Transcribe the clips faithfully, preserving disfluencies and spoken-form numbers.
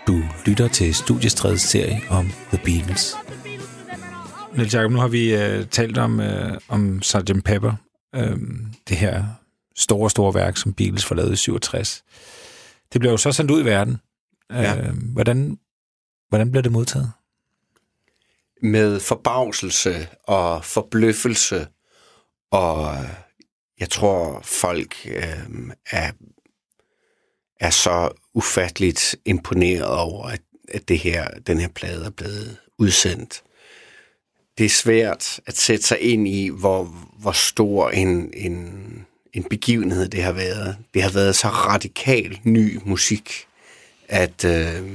Du lytter til Studiestrædes serie om The Beatles. Niels Jacob, nu har vi uh, talt om, uh, om sergeant Pepper. Uh, det her store, store værk, som Beatles får lavet i syvogtres. Det blev jo så sendt ud i verden. Uh, ja. hvordan, hvordan blev det modtaget? Med forbavselse og forbløffelse. Og jeg tror, folk uh, er, er så ufatteligt imponeret over, at, at det her, den her plade er blevet udsendt. Det er svært at sætte sig ind i, hvor, hvor stor en, en, en begivenhed det har været. Det har været så radikalt ny musik, at, øh,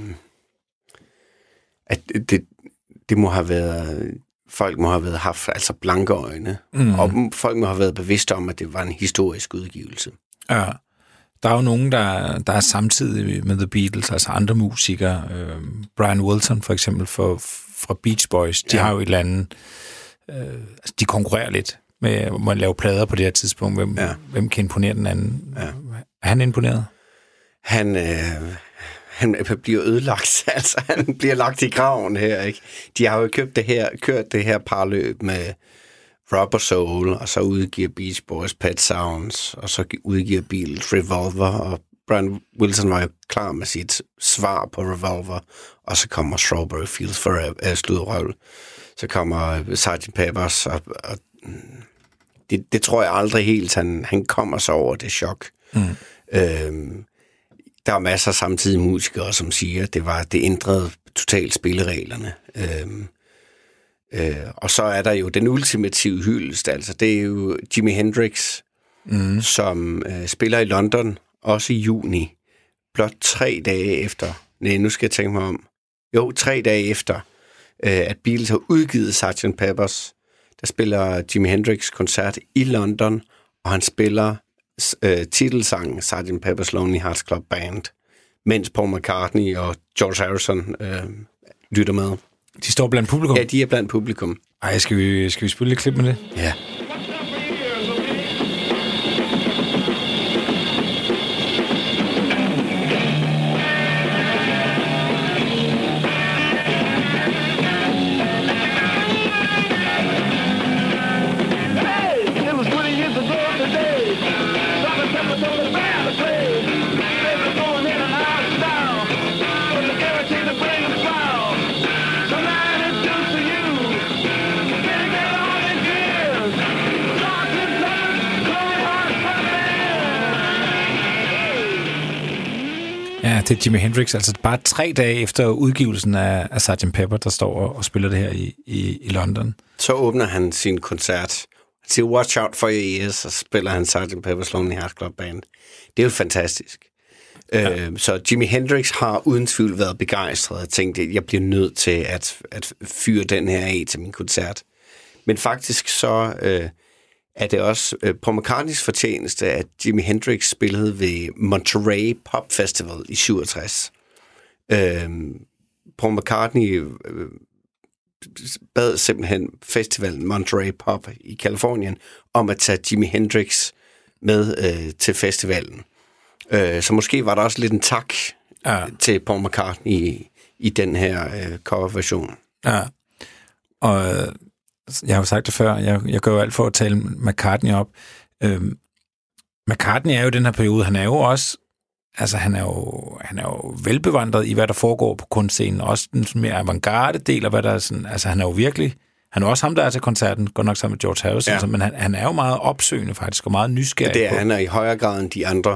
at det, det må have været... Folk må have været haft altså blanke øjne, mm. og folk må have været bevidste om, at det var en historisk udgivelse. Ja. Der er jo nogen, der, der er samtidig med The Beatles, altså andre musikere. Øh, Brian Wilson for eksempel for, fra Beach Boys, de ja. har jo et eller andet... Øh, altså de konkurrerer lidt med, med at lave plader på det her tidspunkt. Hvem, ja. hvem kan imponere den anden? Ja. Er han imponeret? Han, øh, han bliver ødelagt, altså han bliver lagt i graven her, ikke? De har jo købt det her, kørt det her parløb med Rubber Soul, og så udgiver Beach Boys Pet Sounds, og så udgiver Beatles Revolver, og Brian Wilson var jo klar med sit svar på Revolver, og så kommer Strawberry Fields Forever, øh, sludrøvl. Så kommer sergeant Peppers, og, og det, det tror jeg aldrig helt, han, han kommer så over det chok. Mm. Øhm, der er masser af samtidige musikere, som siger, at det var det ændrede totalt spillereglerne. Øhm, øh, og så er der jo den ultimative hyldest, altså det er jo Jimi Hendrix, mm. som øh, spiller i London, også i juni, blot tre dage efter, nej, nu skal jeg tænke mig om, jo, tre dage efter, at Beatles har udgivet sergeant Peppers. Der spiller Jimi Hendrix koncert i London, og han spiller uh, titelsangen sergeant Pepper's Lonely Hearts Club Band, mens Paul McCartney og George Harrison uh, lytter med. De står blandt publikum? Ja, de er blandt publikum. Ej, skal vi, skal vi spille et klip med det? Ja. Ja, det er Jimi Hendrix, altså bare tre dage efter udgivelsen af, af sergeant Pepper, der står og, og spiller det her i, i, i London. Så åbner han sin koncert. Han siger, watch out for your ears, og spiller han sergeant Pepper's Lonely Hearts Club Band. Det er jo fantastisk. Ja. Øh, så Jimi Hendrix har uden tvivl været begejstret og tænkt, at jeg bliver nødt til at, at fyre den her af til min koncert. Men faktisk så... Øh, er det også øh, Paul McCartneys fortjeneste, at Jimi Hendrix spillede ved Monterey Pop Festival i syvogtres. Øh, Paul McCartney øh, bad simpelthen festivalen Monterey Pop i Californien om at tage Jimi Hendrix med øh, til festivalen. Øh, så måske var der også lidt en tak ja. til Paul McCartney i, i den her øh, coverversion. Ja, og... Jeg har jo sagt det før, jeg, jeg gør jo alt for at tale McCartney op. Øhm, McCartney er jo i den her periode, han er jo også, altså han er jo, han er jo velbevandret i, hvad der foregår på kunstscenen, også den mere avantgarde del af, hvad der er sådan, altså han er jo virkelig, han er også ham, der er til koncerten, går nok sammen med George Harrison, ja. så, men han, han er jo meget opsøgende faktisk, og meget nysgerrig. Det er, på. Han er i højere grad end de andre.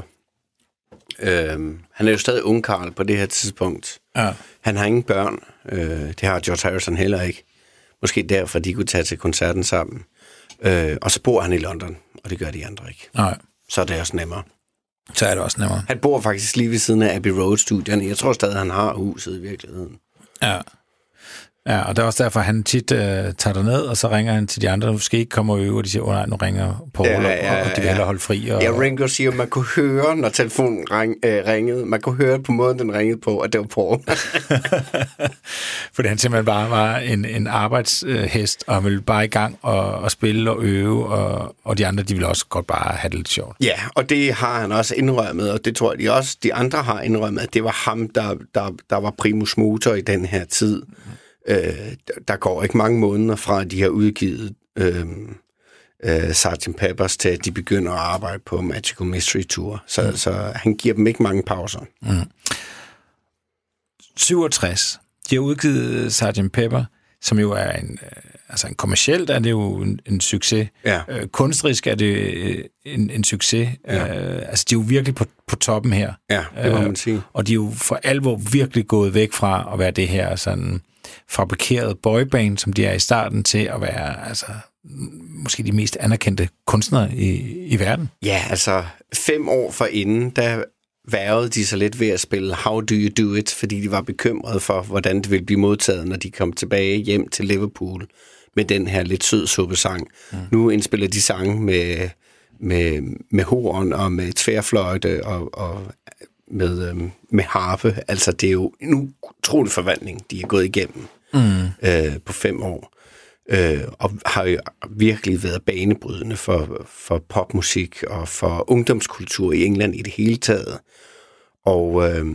Øhm, han er jo stadig ungkarl på det her tidspunkt. Ja. Han har ingen børn, øh, det har George Harrison heller ikke. Måske derfor, de kunne tage til koncerten sammen. Øh, og så bor han i London, og det gør de andre ikke. Nej. Så er det også nemmere. Så er det også nemmere. Han bor faktisk lige ved siden af Abbey Road-studierne. Jeg tror stadig, han har huset i virkeligheden. Ja. Ja, og det er også derfor, han tit øh, tager derned, og så ringer han til de andre, der måske ikke kommer og øver, og de siger, åh oh, nej, nu ringer Paul, ja, ja, og, og de vil ja. hellere holde fri. Og, ja, Ringo siger, at man kunne høre, når telefonen ring, øh, ringede, man kunne høre på måden, den ringede på, at det var Paul. Fordi han simpelthen bare var en, en arbejdshest, og han ville bare i gang og, og spille og øve, og, og de andre, de ville også godt bare have det lidt sjovt. Ja, og det har han også indrømmet, og det tror jeg, de også de andre har indrømmet, at det var ham, der, der, der var primus motor i den her tid. Mm. Øh, der går ikke mange måneder fra, at de har udgivet øh, øh, sergeant Peppers til, at de begynder at arbejde på Magical Mystery Tour. Så, mm. så han giver dem ikke mange pauser. Mm. syvogtres. De har udgivet sergeant Pepper, som jo er en, altså en kommercielt er det jo en, en succes. Ja. Øh, kunstrisk er det en, en succes. Ja. Øh, altså de er jo virkelig på, på toppen her. Ja, det må man sige. Øh, og de er jo for alvor virkelig gået væk fra at være det her sådan fabrikeret boyband, som de er i starten, til at være altså måske de mest anerkendte kunstnere i, i verden. Ja, altså fem år forinden, der værvede de så lidt ved at spille How Do You Do It, fordi de var bekymrede for, hvordan det ville blive modtaget, når de kom tilbage hjem til Liverpool med den her lidt sød suppesang. Mm. Nu indspiller de sange med, med, med horn og med tværfløjte og, og med, øhm, med harpe. Altså, det er jo en utrolig forvandling, de er gået igennem mm. øh, på fem år. Øh, og har jo virkelig været banebrydende for, for popmusik og for ungdomskultur i England i det hele taget. Og øh,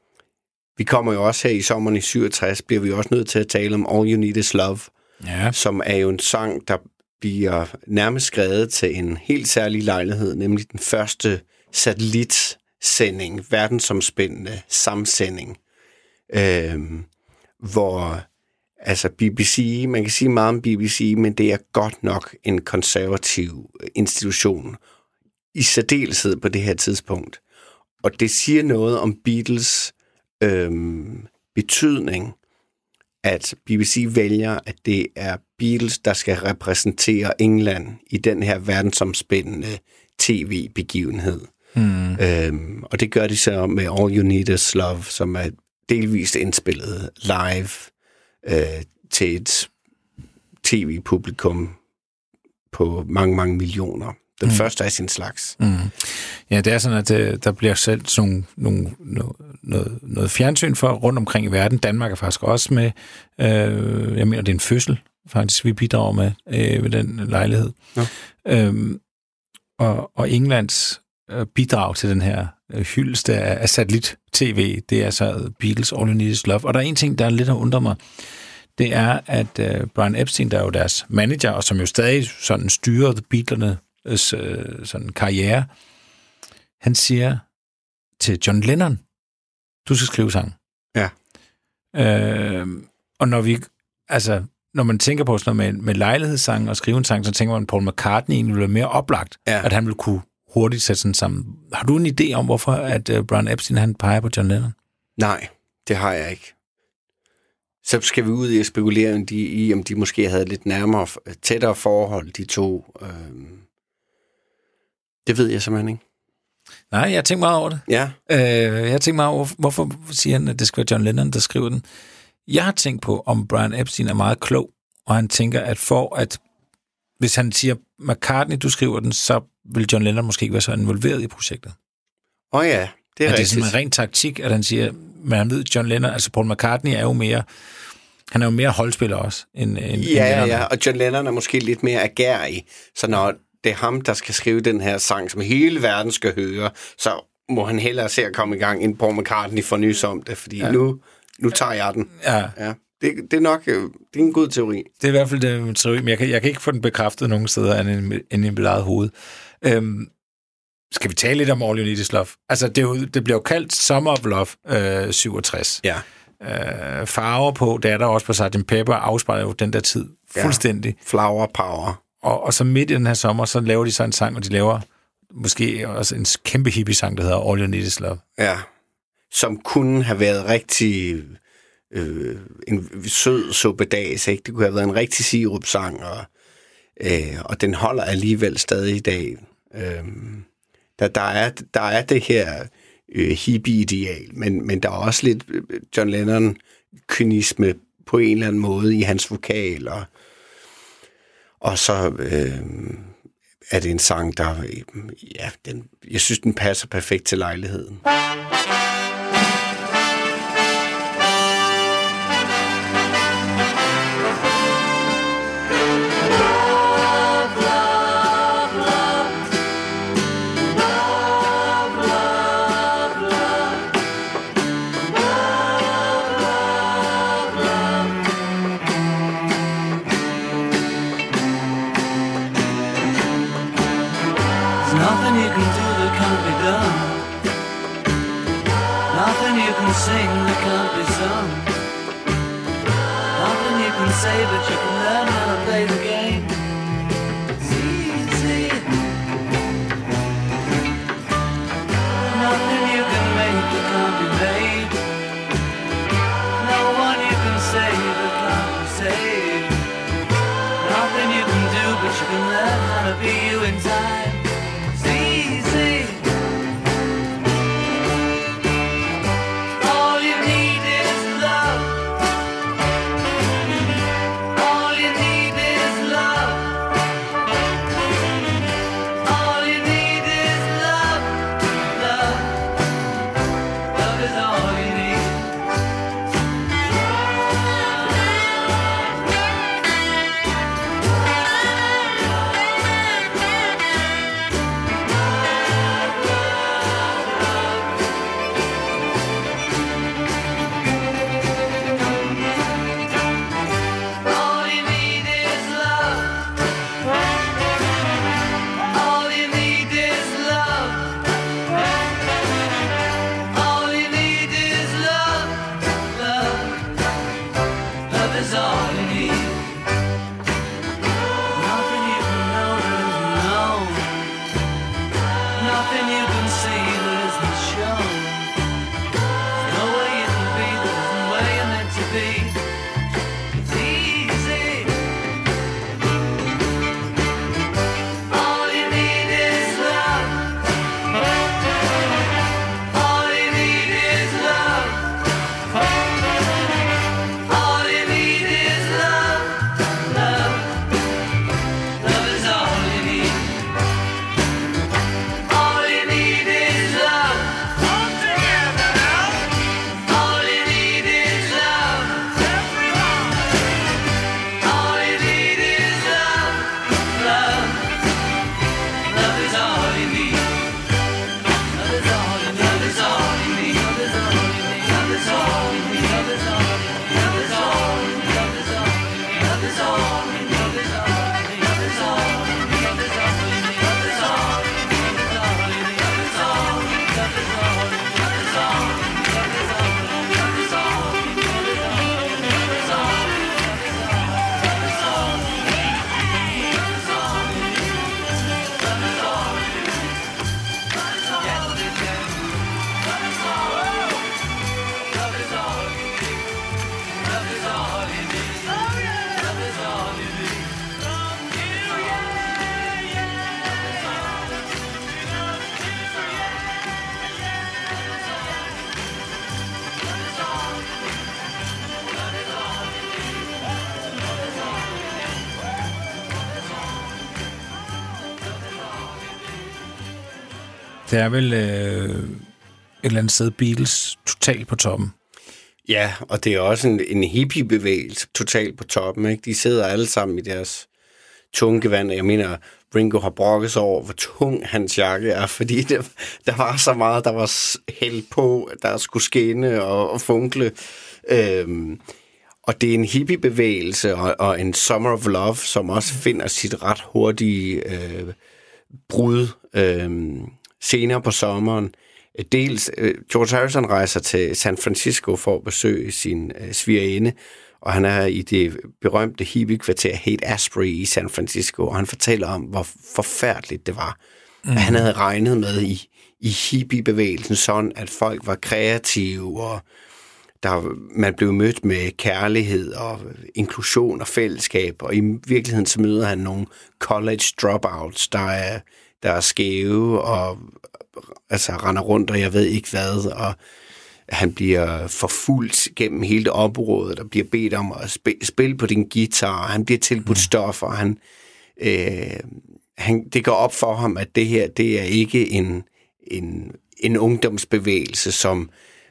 vi kommer jo også her i sommeren i syvogtres, bliver vi også nødt til at tale om All You Need Is Love, ja. Som er jo en sang, der bliver nærmest skrevet til en helt særlig lejlighed, nemlig den første satellitsending, verdensomspændende samsending, øh, hvor altså B B C, man kan sige meget om B B C, men det er godt nok en konservativ institution, i særdeleshed på det her tidspunkt. Og det siger noget om Beatles øhm, betydning, at B B C vælger, at det er Beatles, der skal repræsentere England i den her verdensomspændende tv-begivenhed. Mm. Øhm, og det gør de så med All You Need Is Love, som er delvist indspillet live øh, til et tv-publikum på mange, mange millioner. Den mm. første af sin slags. Mm. Ja, det er sådan, at øh, der bliver selv sådan nogle, nogle, noget, noget fjernsyn for rundt omkring i verden. Danmark er faktisk også med. Øh, jeg mener, det er en fødsel, faktisk, vi bidrager med øh, ved den lejlighed. Ja. Øhm, og, og Englands øh, bidrag til den her øh, hyldest af, af satellit-tv, det er så Beatles All You Need Is Love. Og der er en ting, der er lidt at undre mig. Det er, at øh, Brian Epstein, der er jo deres manager, og som jo stadig sådan styrer Beatlerne sådan karriere, han siger til John Lennon, du skal skrive sang. Ja. Øh, og når vi, altså, når man tænker på sådan noget med, med lejlighedssang og skrive en sang, så tænker man, at Paul McCartney egentlig ville være mere oplagt, ja. At han ville kunne hurtigt sætte sådan sammen. Har du en idé om, hvorfor at uh, Brian Epstein, han peger på John Lennon? Nej, det har jeg ikke. Så skal vi ud i at spekulere om de, i, om de måske havde lidt nærmere, tættere forhold, de to. Øh... Det ved jeg simpelthen ikke. Nej, jeg har tænkt meget over det. Ja. Øh, jeg har tænkt meget over, hvorfor siger han, at det skal være John Lennon, der skriver den. Jeg har tænkt på, om Brian Epstein er meget klog, og han tænker, at for at, hvis han siger, McCartney, du skriver den, så vil John Lennon måske ikke være så involveret i projektet. Åh oh ja, det er at rigtigt. Det er sådan en ren taktik, at han siger, men han ved, John Lennon, altså Paul McCartney er jo mere, han er jo mere holdspiller også, end, end Ja, end ja, og John Lennon er måske lidt mere agerig, så når det er ham, der skal skrive den her sang, som hele verden skal høre, så må han hellere se at komme i gang, end Paul McCartney får nys om det, fordi ja. nu, nu tager jeg den. Ja. Ja. Det, det er nok det er en god teori. Det er i hvert fald det teori, men jeg kan, jeg kan ikke få den bekræftet nogen steder end i mit eget hoved. Øhm, skal vi tale lidt om All You Need Is Love? Altså, det, er jo, det bliver jo kaldt Summer of Love øh, syvogtres. Ja. Øh, farver på, det er der også på sergeant Pepper, afspejler jo den der tid fuldstændig. Ja. Flower power. Og, og så midt i den her sommer, så laver de så en sang, og de laver måske også en kæmpe hippie-sang, der hedder All You Need Is Love. Ja, som kunne have været rigtig øh, en sød suppedags, ikke? Det kunne have været en rigtig sirup-sang, og, øh, og den holder alligevel stadig i dag. Øh, der, der, er, der er det her øh, hippie-ideal, men, men der er også lidt John Lennon-kynisme på en eller anden måde i hans vokal, og, og så øh, er det en sang, der, ja, den, jeg synes, den passer perfekt til lejligheden. Sing that can't be sung. Nothing you can say, but you can learn how to play the game. It's easy. Nothing you can make that can't be made. No one you can save that can't be saved. Nothing you can do, but you can learn how to be you in time. It's easy. Det er vel øh, et eller andet sted Beatles totalt på toppen. Ja, og det er også en, en hippie-bevægelse totalt på toppen. Ikke? De sidder alle sammen i deres tunge gevand. Jeg mener, Ringo har brokket sig over, hvor tung hans jakke er, fordi det, der var så meget, der var hældt på, der skulle skinne og, og funkle. Øhm, og det er en hippie-bevægelse og, og en Summer of Love, som også finder sit ret hurtige øh, brud øh, senere på sommeren. Dels, øh, George Harrison rejser til San Francisco for at besøge sin øh, svigerinde, og han er i det berømte hippie-kvarter Haight-Ashbury i San Francisco, og han fortæller om, hvor forfærdeligt det var. Mm. Han havde regnet med i, i hippie-bevægelsen sådan, at folk var kreative, og der, man blev mødt med kærlighed og inklusion og fællesskab, og i virkeligheden så møder han nogle college dropouts, der er, der er skæve og altså render rundt, og jeg ved ikke hvad, og Han bliver forfulgt gennem hele det område, der bliver bedt om at spille, spille på din guitar, han bliver tilbudt stoffer, han, øh, han, det går op for ham, at det her, det er ikke en, en, en ungdomsbevægelse, som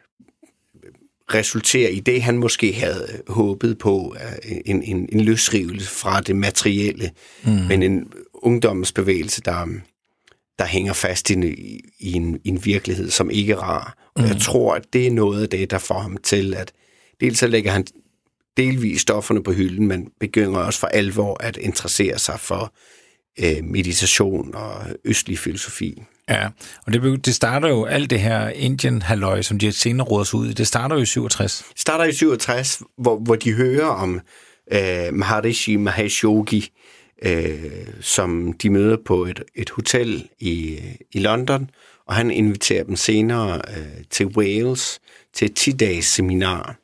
resulterer i det, han måske havde håbet på, en, en, en løsrivelse fra det materielle, mm. men en ungdomsbevægelse, der, der hænger fast i, i, en, i en virkelighed, som ikke er rar. Og mm. jeg tror, at det er noget af det, der får ham til, at dels så lægger han delvis stofferne på hylden, men begynder også for alvor at interessere sig for øh, meditation og østlig filosofi. Ja, og det, det starter jo alt det her Indien-halløj, som de senere råder sig ud i, det starter jo i syvogtres. Det starter i syvogtres, hvor, hvor de hører om øh, Maharishi Mahesh Yogi, øh, som de møder på et, et hotel i, i London, og han inviterer dem senere øh, til Wales til et ti-dages seminar,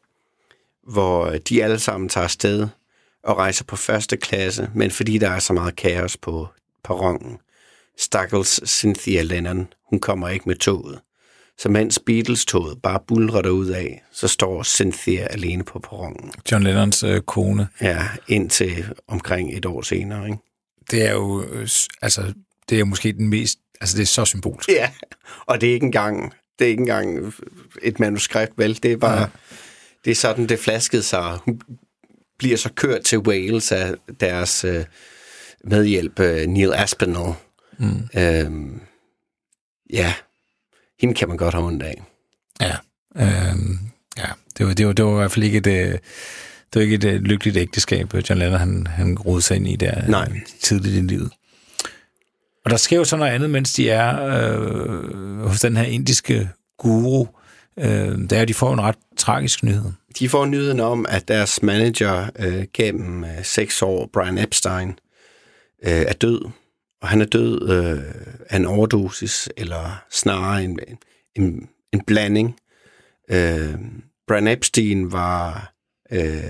hvor de alle sammen tager afsted og rejser på første klasse, men fordi der er så meget kaos på perronen, stakkels Cynthia Lennon, hun kommer ikke med toget. Så mens Beatles-toget bare buldrer derud af, så står Cynthia alene på perronen. John Lennons øh, kone. Ja, indtil omkring et år senere, ikke? Det er jo, øh, altså, det er jo måske den mest, altså det er så symbolsk. Ja, og det er ikke engang, det er ikke engang et manuskript, vel? Det er bare, ja. Det er sådan, det flaskede sig. Hun bliver så kørt til Wales af deres øh, medhjælp, øh, Neil Aspinall. Mm. Øhm, ja, hende kan man godt have ondt af. Ja, øhm, ja. Det, var, det, var, det var i hvert fald ikke et, det var ikke et, et lykkeligt ægteskab, John Lennon han, han rodede sig ind i der Nej. tidligt i livet. Og der sker jo så noget andet, mens de er øh, hos den her indiske guru. Øh, der de får en ret tragisk nyhed. De får nyheden om, at deres manager øh, gennem øh, seks år, Brian Epstein, øh, er død. Og han er død øh, af en overdosis, eller snarere en, en, en blanding. Øh, Brian Epstein var øh,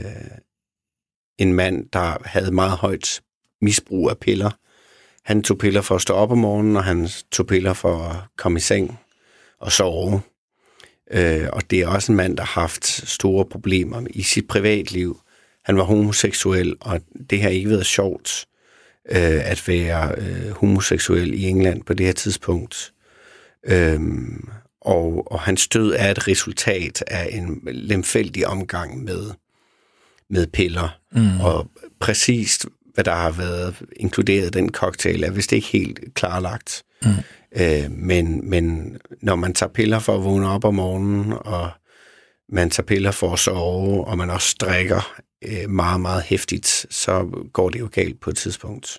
en mand, der havde meget højt misbrug af piller. Han tog piller for at stå op om morgenen, og han tog piller for at komme i seng og sove. Øh, og det er også en mand, der har haft store problemer i sit privatliv. Han var homoseksuel, og det har ikke været sjovt øh, at være øh, homoseksuel i England på det her tidspunkt. Øh, og, og hans død er et resultat af en lemfældig omgang med, med piller. Mm. Og præcist, hvad der har været inkluderet i den cocktail, er vist ikke helt klarlagt. Mm. Øh, men, men når man tager piller for at vågne op om morgenen, og man tager piller for at sove, og man også drikker øh, meget, meget hæftigt, så går det jo galt på et tidspunkt.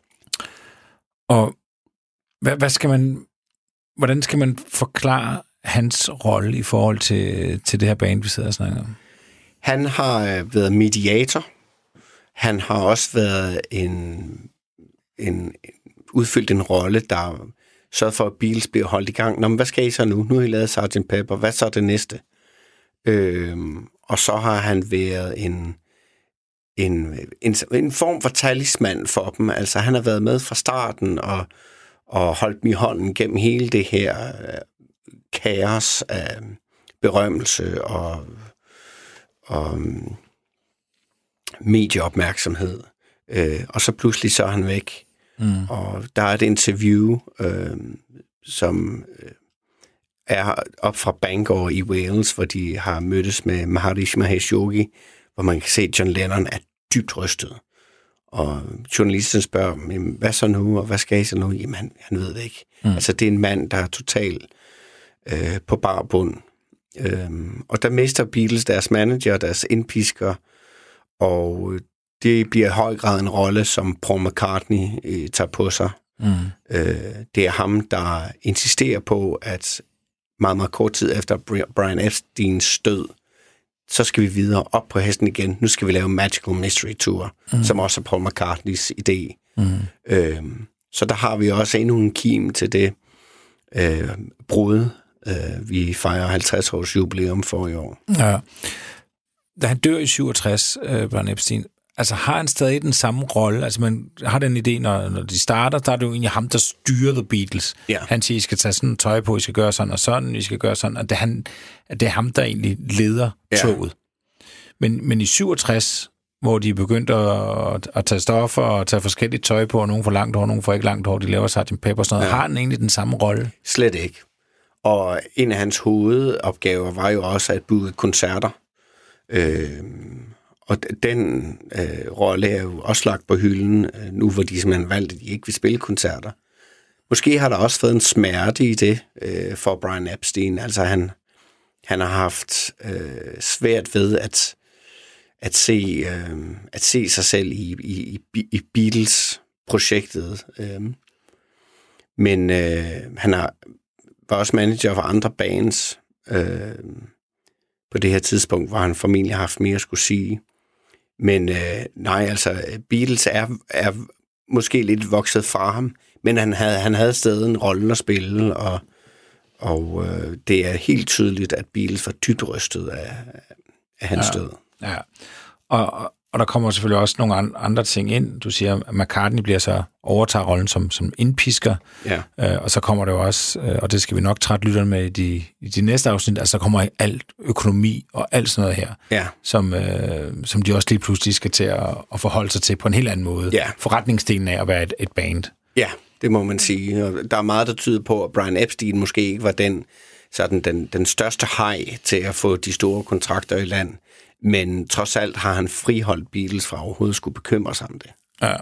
Og hvad, hvad skal man, hvordan skal man forklare hans rolle i forhold til, til det her band, vi sidder og snakker om? Han har øh, været mediator. Han har også været en, en udfyldt en rolle, der sørget for, at Beatles bliver holdt i gang. Nå, men hvad skal I så nu? Nu har I lavet sergeant Pepper. Hvad så er det næste? Øhm, og så har han været en, en, en, en form for talisman for dem. Altså, han har været med fra starten og, og holdt dem i hånden gennem hele det her øh, kaos af berømmelse og, og um, medieopmærksomhed. Øh, og så pludselig så er han væk. Mm. Og der er et interview, øh, som øh, er op fra Bangor i Wales, hvor de har mødtes med Maharishi Mahesh Yogi, hvor man kan se, at John Lennon er dybt rystet. Og journalisten spørger, hvad så nu, og hvad skal I så nu? Jamen, han, han ved det ikke. Mm. Altså, det er en mand, der er totalt øh, på bar bund. Øh, og der mister Beatles deres manager, deres indpisker, og det bliver i høj grad en rolle, som Paul McCartney øh, tager på sig. Mm. Øh, det er ham, der insisterer på, at meget, meget kort tid efter Brian Epsteins død, så skal vi videre op på hesten igen. Nu skal vi lave Magical Mystery Tour, mm. som også er Paul McCartneys idé. Mm. Øh, så der har vi også endnu en kim til det øh, brud. Øh, vi fejrer halvtreds års jubilæum for i år. Ja. Da han dør i syvogtres, øh, Brian Epstein, altså har han stadig den samme rolle? Altså man har den idé, når, når de starter, der er det jo egentlig ham, der styrer The Beatles. Ja. Han siger, I skal tage sådan tøj på, I skal gøre sådan og sådan, I skal gøre sådan, og det er, han, det er ham, der egentlig leder Ja. toget. Men, men i syvogtres, hvor de er begyndt at, at tage stoffer og tage forskellige tøj på, og nogen får langt hår, nogen får ikke langt hår, de laver sergeant Pepper og sådan noget, Ja. har han egentlig den samme rolle? Slet ikke. Og en af hans hovedopgaver var jo også at booke koncerter. Øh, og den øh, rolle er jo også lagt på hylden, øh, nu hvor de simpelthen valgte, at de ikke vil spille koncerter. Måske har der også været en smerte i det øh, for Brian Epstein. Altså han, han har haft øh, svært ved at, at, se, øh, at se sig selv i, i, i Beatles-projektet. Øh. Men øh, han har var også manager for andre bands øh, på det her tidspunkt, hvor han formentlig har haft mere at skulle sige. Men øh, nej, altså Beatles er, er måske lidt vokset fra ham, men han havde, han havde stadig en rolle at spille, og, og øh, det er helt tydeligt, at Beatles var dybt rystet af, af hans Ja. død. Ja, og, og der kommer selvfølgelig også nogle andre ting ind. Du siger, at McCartney bliver så overtager rollen som, som indpisker, Ja. øh, og så kommer det jo også, øh, og det skal vi nok trætte lytterne med i de, i de næste afsnit, altså der kommer alt økonomi og alt sådan noget her, Ja. som, øh, som de også lige pludselig skal til at, at forholde sig til på en helt anden måde. Ja. Forretningsdelen af at være et, et band. Ja, det må man sige. Og der er meget, der tyder på, at Brian Epstein måske ikke var den, sådan den, den største haj til at få de store kontrakter i land. Men trods alt har han friholdt Beatles fra overhovedet skulle bekymre sig om det. Ja.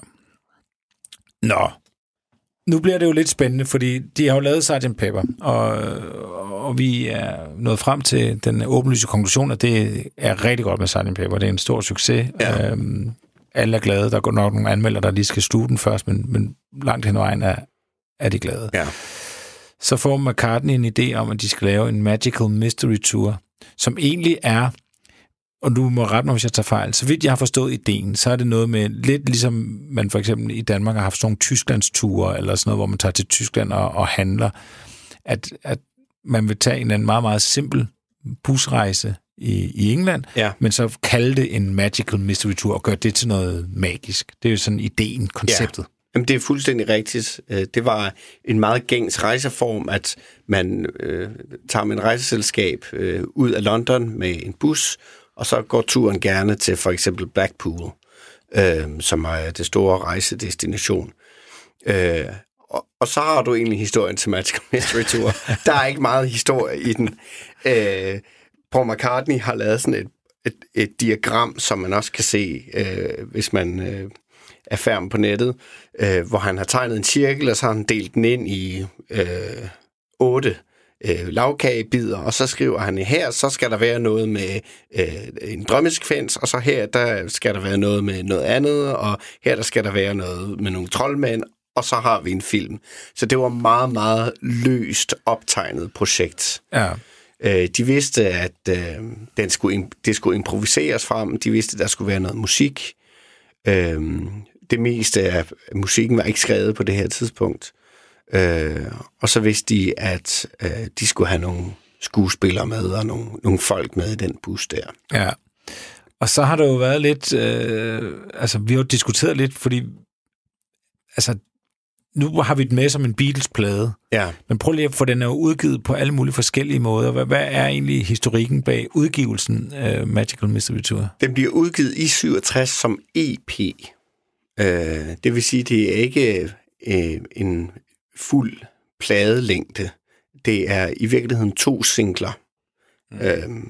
Nå. Nu bliver det jo lidt spændende, fordi de har jo lavet sergeant Pepper, og, og vi er nået frem til den åbenlyse konklusion, at det er rigtig godt med sergeant Pepper. Det er en stor succes. Ja. Øhm, alle er glade. Der går nok nogle anmeldere, der lige skal sluge den først, men, men langt hen ad vejen er, er de glade. Ja. Så får McCartney en idé om, at de skal lave en Magical Mystery Tour, som egentlig er, og du må rette mig, hvis jeg tager fejl, så vidt jeg har forstået ideen, så er det noget med, lidt ligesom man for eksempel i Danmark har haft sådan nogle Tysklandsture, eller sådan noget, hvor man tager til Tyskland og, og handler, at, at man vil tage en eller anden meget, meget simpel busrejse i, i England, Ja. men så kalde det en Magical Mystery Tour og gøre det til noget magisk. Det er jo sådan ideen, konceptet. Ja. Jamen, det er fuldstændig rigtigt. Det var en meget gængs rejseform, at man øh, tager med en rejseselskab øh, ud af London med en bus, og så går turen gerne til for eksempel Blackpool, øh, som er det store rejsedestination. Øh, og, og så har du egentlig historien til Magical Mystery Tour. Der er ikke meget historie i den. Øh, Paul McCartney har lavet sådan et, et, et diagram, som man også kan se, øh, hvis man øh, er færm på nettet, øh, hvor han har tegnet en cirkel, og så har han delt den ind i øh, otte øh, lavkagebidder, og så skriver han, her så skal der være noget med øh, en drømmesekvens, og så her der skal der være noget med noget andet, og her der skal der være noget med nogle troldmænd, og så har vi en film. Så det var meget, meget løst optegnet projekt. Ja. Øh, de vidste, at øh, den skulle, det skulle improviseres frem. De vidste, at der skulle være noget musik. Øh, det meste af musikken var ikke skrevet på det her tidspunkt. Øh, og så vidste de, at øh, de skulle have nogle skuespillere med, og nogle, nogle folk med i den bus der. Ja. Og så har der jo været lidt, øh, altså vi har jo diskuteret lidt, fordi altså nu har vi det med som en Beatles-plade, Ja. men prøv lige at få den er jo udgivet på alle mulige forskellige måder. Hvad, hvad er egentlig historikken bag udgivelsen af Magical Mystery Tour? Den bliver udgivet i syvogtres som E P. Øh, det vil sige, det er ikke øh, en fuld pladelængde. Det er i virkeligheden to singler. Mm. Øh,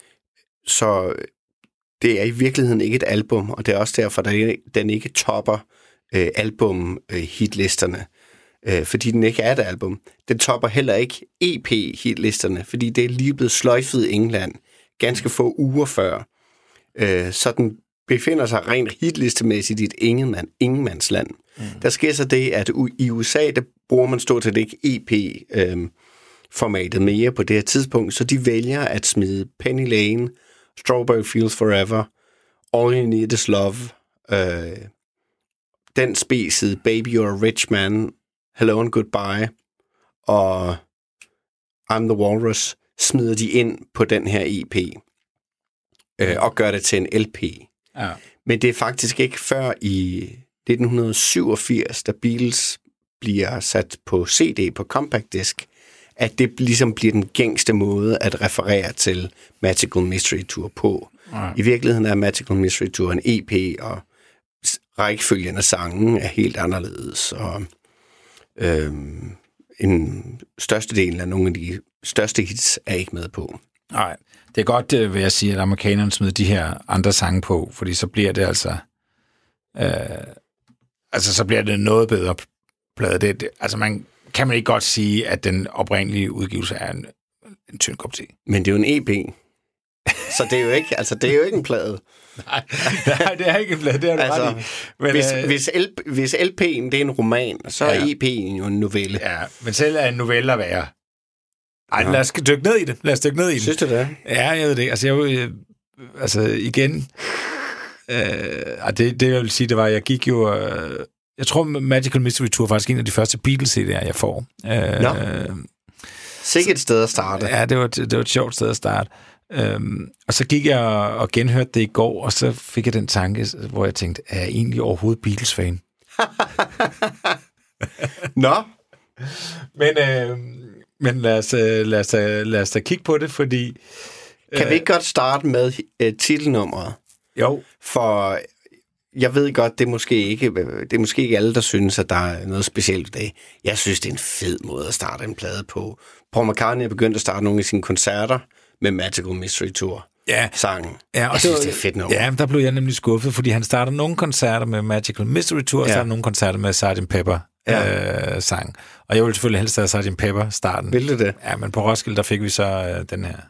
så det er i virkeligheden ikke et album, og det er også derfor, at den ikke topper øh, album-hitlisterne, øh, fordi den ikke er et album. Den topper heller ikke E P-hitlisterne, fordi det er lige blevet sløjfet i England ganske få uger før. Øh, så den befinder sig rent hitlistemæssigt i et ingenmand, ingenmandsland. Mm. Der sker så det, at i U S A, der bruger man stort set ikke E P-formatet øh, mere på det her tidspunkt, så de vælger at smide Penny Lane, Strawberry Fields Forever, All You Need Is Love, øh, den spesede Baby You're a Rich Man, Hello and Goodbye, og I'm the Walrus, smider de ind på den her E P, øh, og gør det til en L P. Ja. Men det er faktisk ikke før i nitten syvogfirs, da Beatles bliver sat på C D, på compact disc, at det ligesom bliver den gængste måde at referere til Magical Mystery Tour på. Ja. I virkeligheden er Magical Mystery Tour en E P, og rækkefølgen af sangen er helt anderledes, og øhm, en størstedelen af nogle af de største hits er ikke med på. Nej, det er godt, vil jeg sige, at amerikanerne smider de her andre sange på, fordi så bliver det altså... Øh, altså, så bliver det noget bedre plade. Det, det, altså, man kan man ikke godt sige, at den oprindelige udgivelse er en, en tynd kop te. Men det er jo en E P. Så det er jo ikke, altså, det er jo ikke en plade. nej, nej, det er ikke en plade, det er du altså, ret i. Men, hvis, øh, hvis, L, hvis L P'en det er en roman, så er ja. E P'en jo en novelle. Ja, men selv er en novelle at være. Ej, ja. lad os dykke ned i det. Lad os dykke ned i det. Synes du det? Ja, jeg ved det. Altså, jeg øh, altså igen... Øh, det, det, jeg vil sige, det var, jeg gik jo... Øh, jeg tror, Magical Mystery Tour er faktisk en af de første Beatles-C D'er, jeg får. Øh, Nå. Sikkert et sted at starte. Ja, det var, det var et sjovt sted at starte. Øhm, og så gik jeg og genhørte det i går, og så fik jeg den tanke, hvor jeg tænkte, er jeg egentlig overhovedet Beatles-fan? Nå. Men, øh, men lad, os, lad, os, lad os da kigge på det, fordi... Kan øh, vi ikke godt starte med uh, titelnummeret? Jo. For jeg ved godt, det er måske ikke, det er måske ikke alle, der synes, at der er noget specielt i det. Jeg synes, det er en fed måde at starte en plade på. Paul McCartney er begyndt at starte nogle af sine koncerter med Magical Mystery Tour. Ja. Sangen. Ja, og jeg synes, det er fedt nummer. Ja, der blev jeg nemlig skuffet, fordi han starter nogle koncerter med Magical Mystery Tour, og ja. starter nogle koncerter med sergeant Pepper ja. øh, sang. Og jeg ville selvfølgelig helst have sergeant Pepper starten. Vil du det? Ja, men på Roskilde, der fik vi så øh, den her.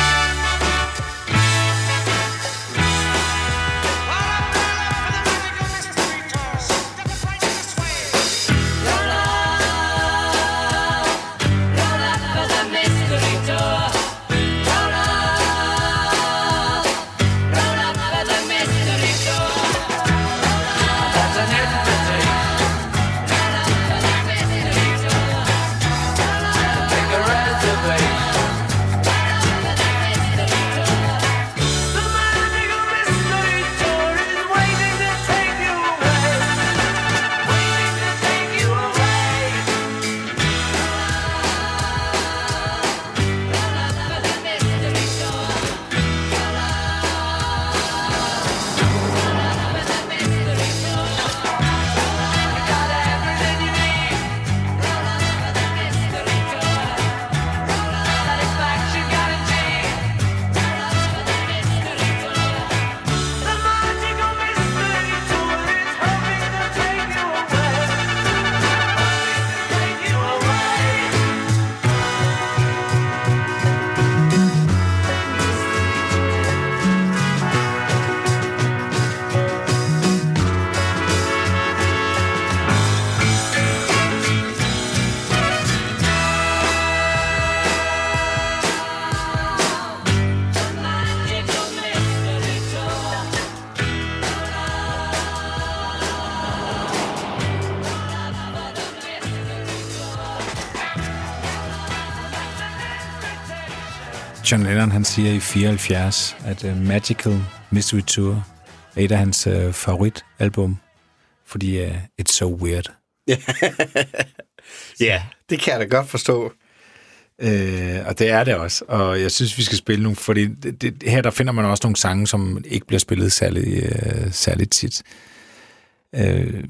John Lennon, han siger i fireoghalvfjerds, at uh, Magical Mystery Tour er et af hans uh, favoritalbum, fordi uh, it's so weird. Ja, yeah, det kan jeg da godt forstå. Uh, og det er det også, og jeg synes, vi skal spille nogle, fordi det, det, her der finder man også nogle sange, som ikke bliver spillet særlig, uh, særlig tit. Uh,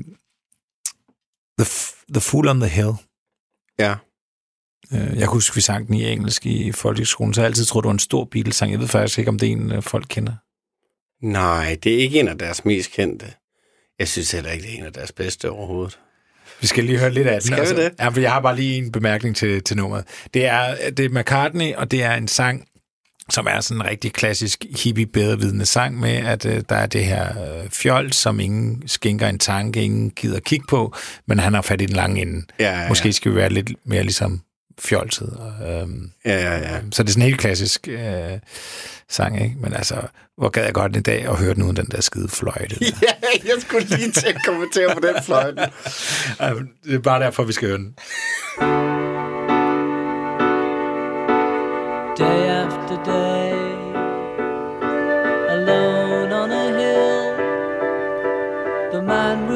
the, the Fool on the Hill. Ja. Jeg kunne huske, vi sang den i engelsk i folkeskolen, så jeg altid troede, det var en stor Beatles-sang. Jeg ved faktisk ikke, om det er en, folk kender. Nej, det er ikke en af deres mest kendte. Jeg synes heller ikke, det er en af deres bedste overhovedet. Vi skal lige høre lidt af den. Skal altså, vi det? Ja, for jeg har bare lige en bemærkning til, til nummeret. Det er, det er McCartney, og det er en sang, som er sådan en rigtig klassisk hippie-bedrevidende sang med, at uh, der er det her uh, fjold, som ingen skænker en tanke, ingen gider kigge på, men han har fat i den lange ende. Ja, ja, ja. Måske skal vi være lidt mere ligesom fjolset. Øhm, ja, ja, ja. Så det er sådan en helt klassisk øh, sang, ikke? Men altså, hvor gad jeg godt en dag at høre den uden den der skide fløjte. Der. Ja, jeg skulle lige til at kommentere på den fløjte. Det er bare derfor, vi skal høre den. Day after day, alone on a hill,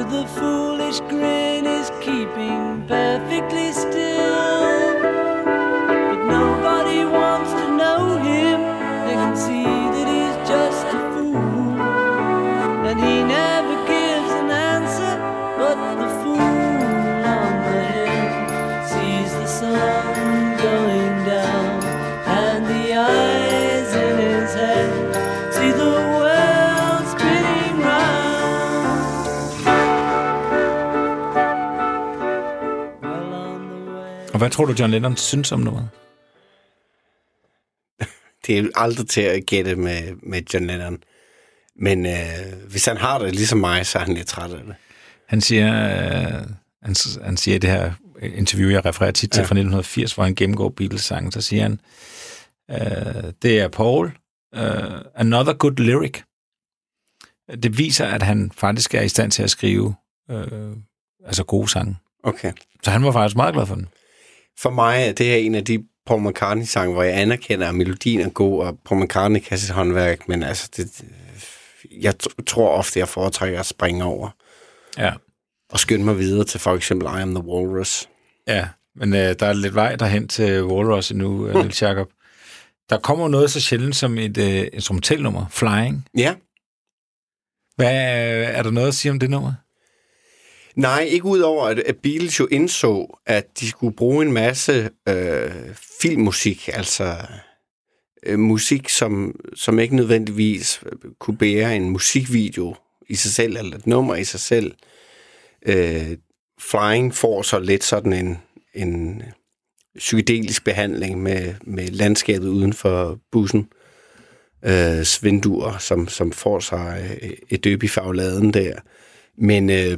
with a foolish grin is keeping perfectly still. But nobody wants to know him. They can see that he's just a fool. And he never gives an answer, but the fool on the hill sees the sun going down, and the eyes in his head see the world spinning round. Well on the way. Og hvad tror du, John Lennon synes om nummeret? Det er jo aldrig til at gætte med, med John Lennon. Men øh, hvis han har det ligesom mig, så er han lidt træt af det. Han siger, øh, han, han siger i det her interview, jeg refererer tit til ja. fra nitten firs, hvor han gennemgår Beatles-sangen, så siger han, øh, det er Paul, øh, another good lyric. Det viser, at han faktisk er i stand til at skrive øh, altså gode sange. Okay. Så han var faktisk meget glad for den. For mig er det her en af de Paul McCartney-sange, hvor jeg anerkender, at melodien er god, og Paul McCartney kan sit håndværk, men altså, det, jeg tror ofte, jeg foretrækker at springe over. Ja. Og skynde mig videre til for eksempel I Am the Walrus. Ja, men øh, der er lidt vej derhen til Walrus endnu, øh, Niels Jacob. Der kommer noget så sjældent som et øh, instrumentalnummer, Flying. Ja. Hvad, er der noget at sige om det nummer? Nej, ikke udover at, at Beatles jo indså, at de skulle bruge en masse øh, filmmusik, altså øh, musik, som, som ikke nødvendigvis kunne bære en musikvideo i sig selv, eller et nummer i sig selv. Øh, Flying får så lidt sådan en, en psykedelisk behandling med, med landskabet uden for bussen. Øh, vinduer, som, som får sig et døb i farveladen der. Men... Øh,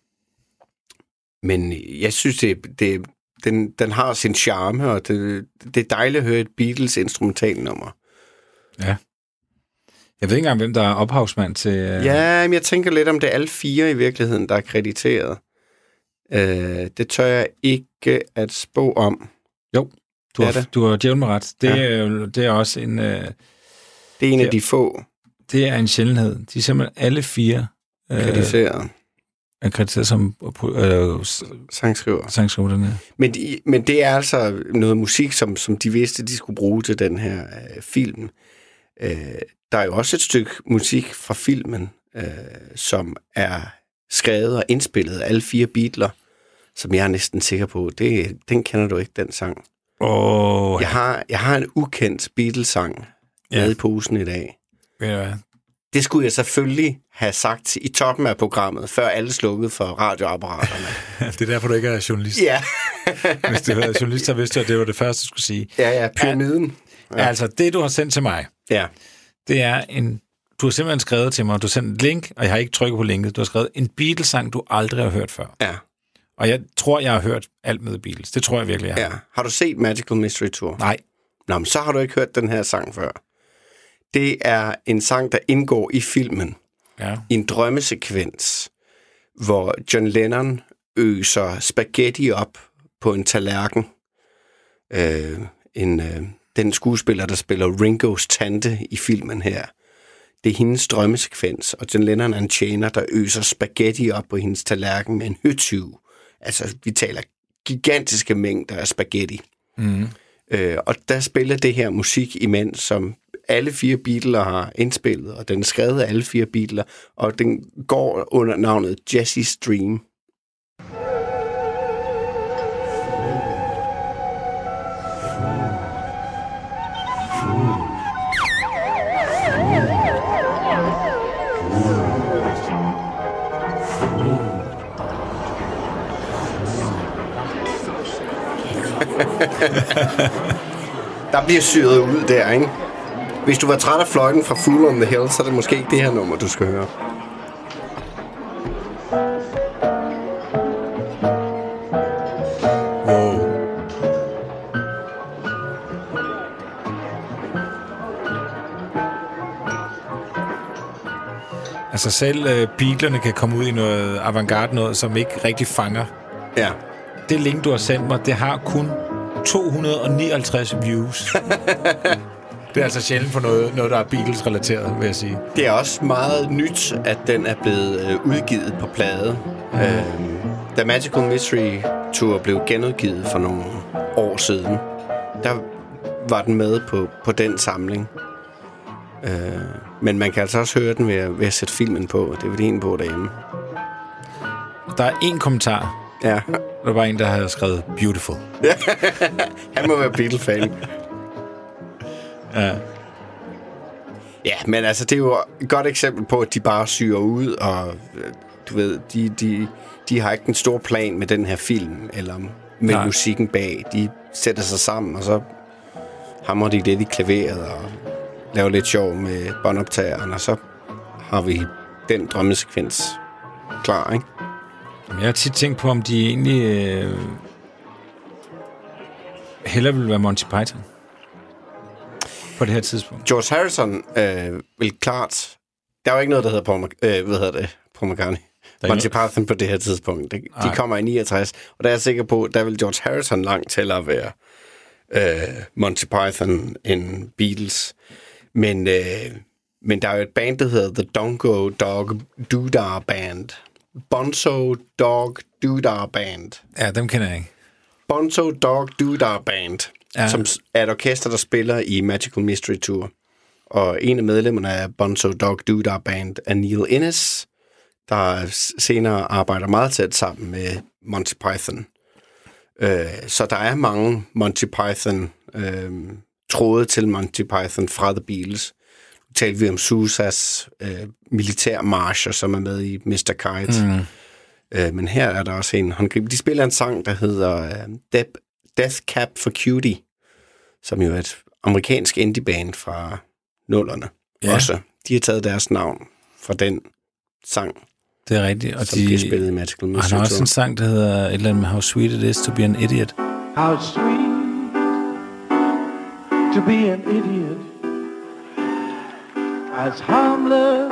Men jeg synes, det, det, den, den har sin charme, og det, det er dejligt at høre et Beatles instrumentalnummer. Ja. Jeg ved ikke engang, hvem der er ophavsmand til... Uh... Ja, men jeg tænker lidt om det er alle fire i virkeligheden, der er krediteret. Uh, det tør jeg ikke at spå om. Jo, du har, du har djævlen med ret. Det, ja. er, det er også en... Uh... Det er en det, af de få. Det er en sjældenhed. De er simpelthen alle fire... Uh... Krediteret. Er krediteret som øh, sangskriver. Sangskriver, den her. Men, de, men det er altså noget musik, som, som de vidste, de skulle bruge til den her øh, film. Øh, der er jo også et stykke musik fra filmen, øh, som er skrevet og indspillet af alle fire Beatles, som jeg er næsten sikker på. Det, den kender du ikke, den sang. Oh. Jeg har, jeg har en ukendt Beatles-sang ja. med i posen i dag. Ved du hvad? Det skulle jeg selvfølgelig have sagt i toppen af programmet, før alle slukkede for radioapparaterne. Det er derfor, du ikke er journalist. Ja. Hvis du havde journalist, så vidste du, at det var det første, du skulle sige. Ja, ja, pyramiden. Ja. Altså, det, du har sendt til mig, ja. det er en... Du har simpelthen skrevet til mig, du har sendt et link, og jeg har ikke trykket på linket. Du har skrevet en Beatles-sang, du aldrig har hørt før. Ja. Og jeg tror, jeg har hørt alt med Beatles. Det tror jeg virkelig, jeg har. Ja. Har du set Magical Mystery Tour? Nej. Nå, men så har du ikke hørt den her sang før. Det er en sang, der indgår i filmen. Ja. I en drømmesekvens, hvor John Lennon øser spaghetti op på en tallerken. Øh, en, øh, den skuespiller, der spiller Ringos tante i filmen her. Det er hendes drømmesekvens, og John Lennon er en tjener, der øser spaghetti op på hendes tallerken med en høtyv. Altså, vi taler gigantiske mængder af spaghetti. Mm. Øh, og der spiller det her musik imens, som alle fire Beatles har indspillet, og den er skrevet af alle fire Beatles, og den går under navnet Jesse's Dream. Der bliver syret ud der, ikke? Hvis du var træt af fløjten fra Fool on the Hill, så er det måske ikke det her nummer, du skal høre. Wow. Altså selv uh, Beatlerne kan komme ud i noget avantgarde, noget som ikke rigtig fanger. Ja. Det link, du har sendt mig, det har kun to hundrede og nioghalvtreds views. Det er altså sjældent for noget, noget der er Beatles-relateret, vil jeg sige. Det er også meget nyt, at den er blevet øh, udgivet på plade. Mm. Øh, da Magical Mystery Tour blev genudgivet for nogle år siden, der var den med på, på den samling. Øh, men man kan altså også høre den ved at, ved at sætte filmen på. Det er vel en på derhjemme. Der er en kommentar. Ja. Der var en, der havde skrevet beautiful. Han må være Beatle-fan. Ja. Ja, men altså, det er jo et godt eksempel på, at de bare syrer ud, og du ved, de, de, de har ikke en stor plan med den her film, eller med Nej. musikken bag. De sætter sig sammen, og så hamrer de lidt i klaveret, og laver lidt sjov med båndoptageren, og så har vi den drømmesekvens klar, ikke? Jeg har tit tænkt på, om de egentlig øh, hellere ville være Monty Python på det her tidspunkt. George Harrison øh, vil klart... Der er jo ikke noget, der hedder Paul, Mac- øh, hvad hedder det? Paul McCartney. Monty Python på det her tidspunkt. De, de kommer i niogtres, og der er jeg sikker på, der vil George Harrison langt til at være øh, Monty Python end Beatles. Men, øh, men der er jo et band, der hedder The Dongo Dog Doodah Band. Bonzo Dog Doodah Band. Ja, dem kender jeg ikke. Bonzo Dog Doodah Band, ja. Som er et orkester, der spiller i Magical Mystery Tour. Og en af medlemmerne af Bonzo Dog Doodah Band er Neil Innes, der senere arbejder meget tæt sammen med Monty Python. Øh, så der er mange Monty Python øh, tråde til Monty Python fra The Beatles. Nu talte vi om Sousas øh, militærmarscher, som er med i mister Kite. Mm. Øh, men her er der også en håndgrib. De spiller en sang, der hedder øh, Death, Death Cab for Cutie, som jo er et amerikansk indieband fra nullerne. Ja. Også. De har taget deres navn fra den sang. Det er rigtigt. Og som de bliver spillet i Magical Mystery Tour. Han har også en sang, der hedder et eller andet med How Sweet It Is to Be an Idiot. How sweet to be an idiot, as harmless.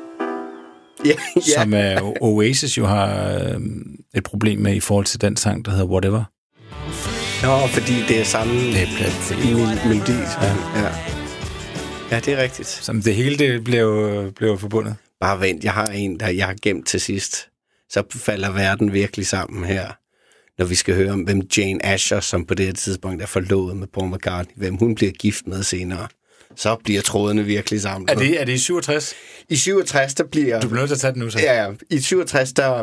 Ja, ja. Som uh, Oasis jo har uh, et problem med i forhold til den sang, der hedder Whatever. Nå, fordi det er samme det er plat, melodi. Ja. Ja. Ja, det er rigtigt. Som det hele det blev, blev forbundet. Bare vent, jeg har en, der jeg har gemt til sidst. Så falder verden virkelig sammen her, når vi skal høre om, hvem Jane Asher, som på det her tidspunkt er forlovet med Paul McCartney, hvem hun bliver gift med senere. Så bliver trådene virkelig sammen. Er det, er det i syvogtres? I syvogtres, der bliver... Du bliver nødt til at tage den nu, så. Ja, i syvogtres, der...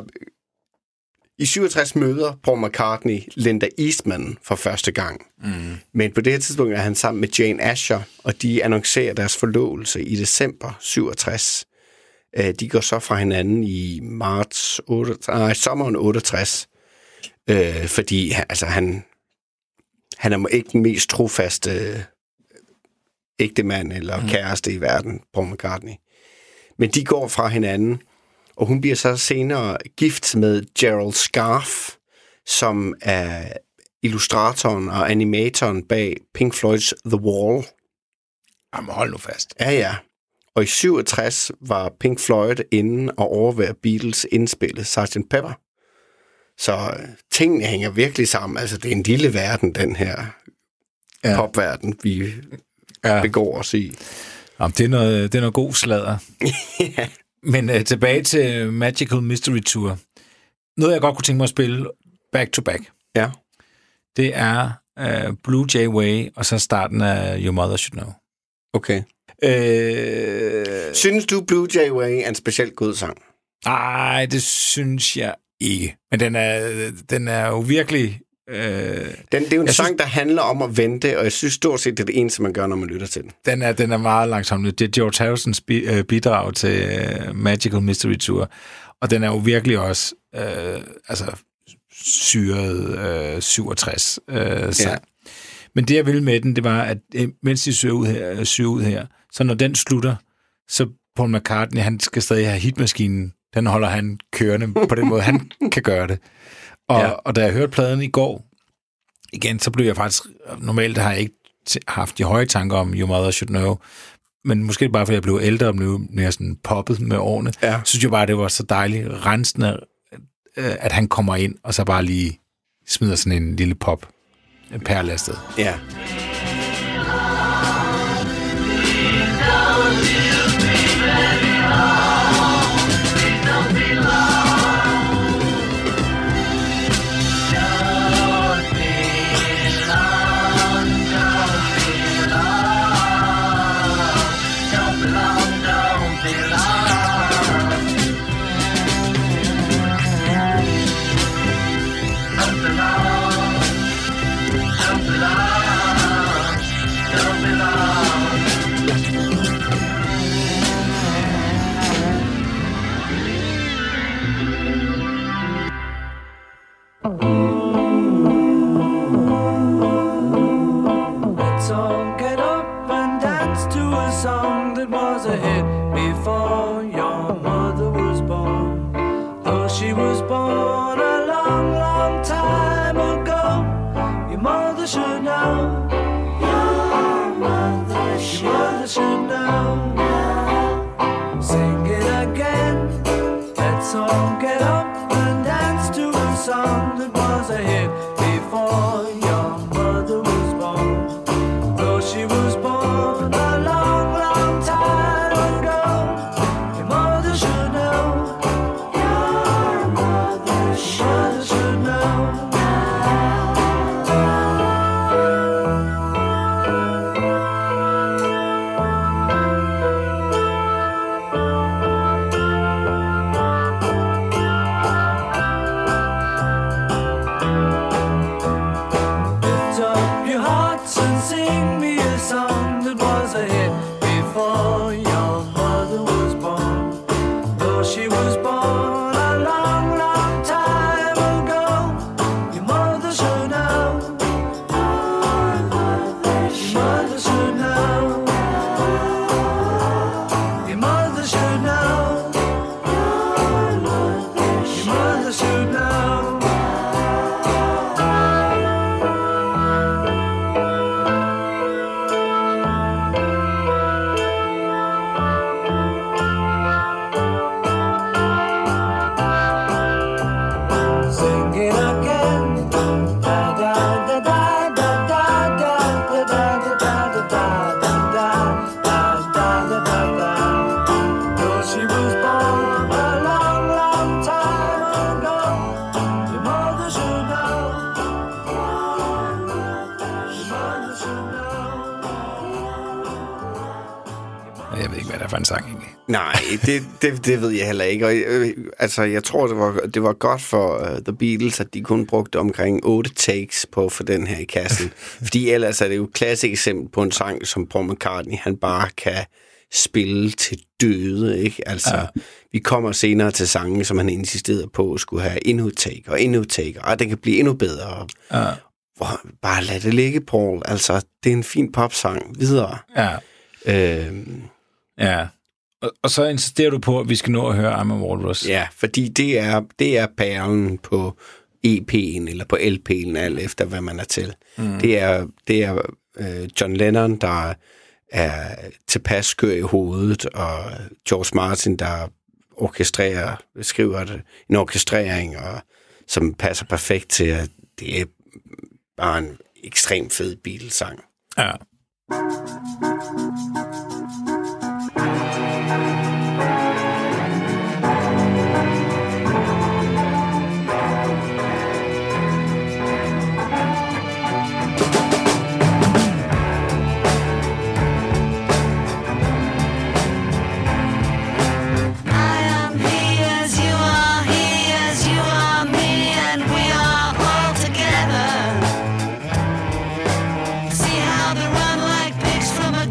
I syvogtres møder Paul McCartney Linda Eastman for første gang. Mm. Men på det her tidspunkt er han sammen med Jane Asher, og de annoncerer deres forlovelse i december syvogtres. De går så fra hinanden i marts otteogtres, nej, sommeren otteogtres, øh, fordi altså, han, han er ikke den mest trofaste øh, ægtemand eller mm. kæreste i verden, Paul McCartney. Men de går fra hinanden, og hun bliver så senere gift med Gerald Scarfe, som er illustratoren og animatoren bag Pink Floyd's The Wall. Jamen, hold nu fast. Ja, ja. Og i syvogtres var Pink Floyd inde og overvære Beatles indspillet sergeant Pepper. Så tingene hænger virkelig sammen. Altså, det er en lille verden, den her ja. popverden, vi ja. begår os i. Jamen, det er noget, det er noget god sladder. Ja. Men uh, tilbage til Magical Mystery Tour. Noget, jeg godt kunne tænke mig at spille back to back. Ja. Det er uh, Blue Jay Way, og så starten af Your Mother Should Know. Okay. Øh... Synes du, Blue Jay Way er en specielt god sang? Nej, det synes jeg ikke. Men den er, den er jo virkelig... Øh... Den, det er jo en jeg sang, synes... der handler om at vente, og jeg synes stort set, det er det eneste, man gør, når man lytter til den. Den er, den er meget langsom. Det er George Harrisons bidrag til Magical Mystery Tour, og den er jo virkelig også øh, altså syret øh, syvogtres øh, sang. Ja. Men det, jeg ville med den, det var, at mens de syr ud her, syr ud her, så når den slutter, så Paul McCartney, han skal stadig have hitmaskinen. Den holder han kørende på den måde, han kan gøre det. Og, ja. og da jeg hørte pladen i går, igen, så blev jeg faktisk... Normalt har jeg ikke haft de høje tanker om Your Mother Should Know, men måske bare, fordi jeg blev ældre og blev mere sådan poppet med årene, ja. synes jeg bare, det var så dejligt rensende, at han kommer ind, og så bare lige smider sådan en lille pop. En perle afsted. Ja. Sing it again. Let's all get up and dance to a song that was a hit before your mother was born. Though she was born a long, long time ago, your mother should know. Your mother should know. Jeg ved ikke, hvad der er for en sang egentlig. Nej, det, det, det ved jeg heller ikke. Og, øh, altså, jeg tror, det var, det var godt for uh, The Beatles, at de kun brugte omkring otte takes på for den her i kassen. Fordi ellers er det jo et klassisk eksempel på en sang, som Paul McCartney, han bare kan spille til døde, ikke? Altså, ja. Vi kommer senere til sangen, som han insisterede på, skulle have endnu et take, og endnu et take, og det kan blive endnu bedre. Ja. Hvor, bare lad det ligge, Paul. Altså, det er en fin popsang. Videre. Ja. Øhm, ja. Og, og så insisterer du på, at vi skal nå at høre I'm a Walrus. Ja, fordi det er, det er perlen på E P'en, eller på L P'en, alt efter hvad man er til. Mm. Det er, det er øh, John Lennon, der er tilpas skør i hovedet, og George Martin, der orkestrerer, skriver det, en orkestrering, og, som passer perfekt til, at det er bare en ekstremt fed Beatles-sang. Ja. From a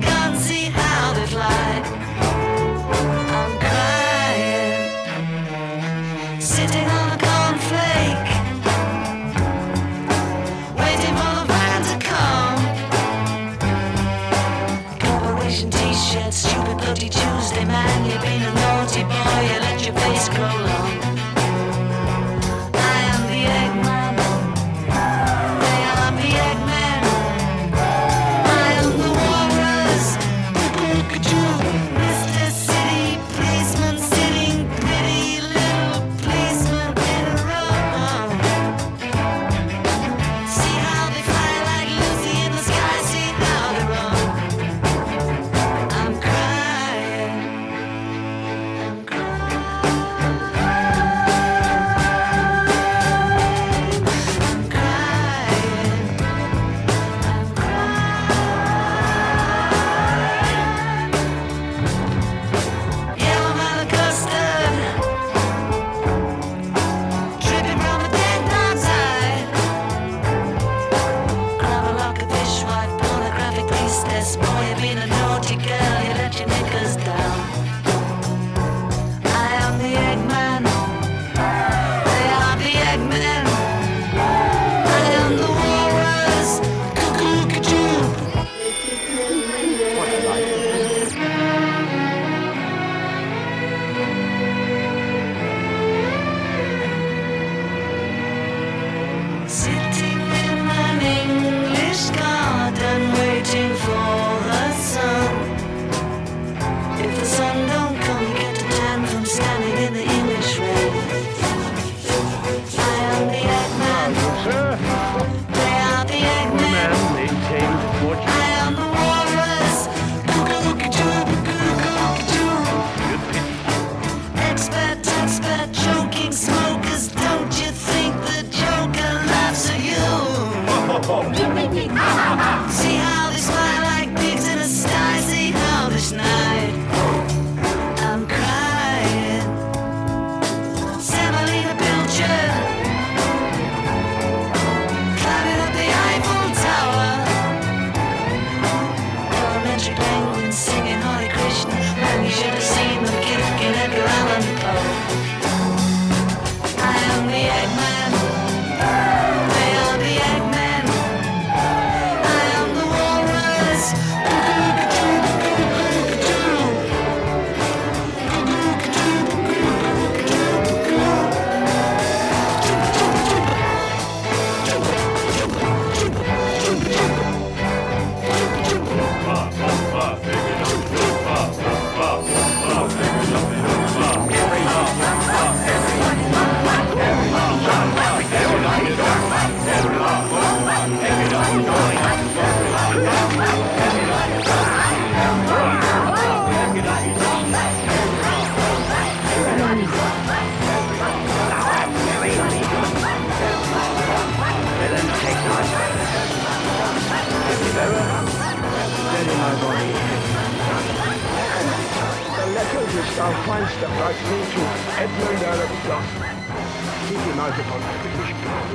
I sing to Edmund out of dust. Keep your knife upon my fish.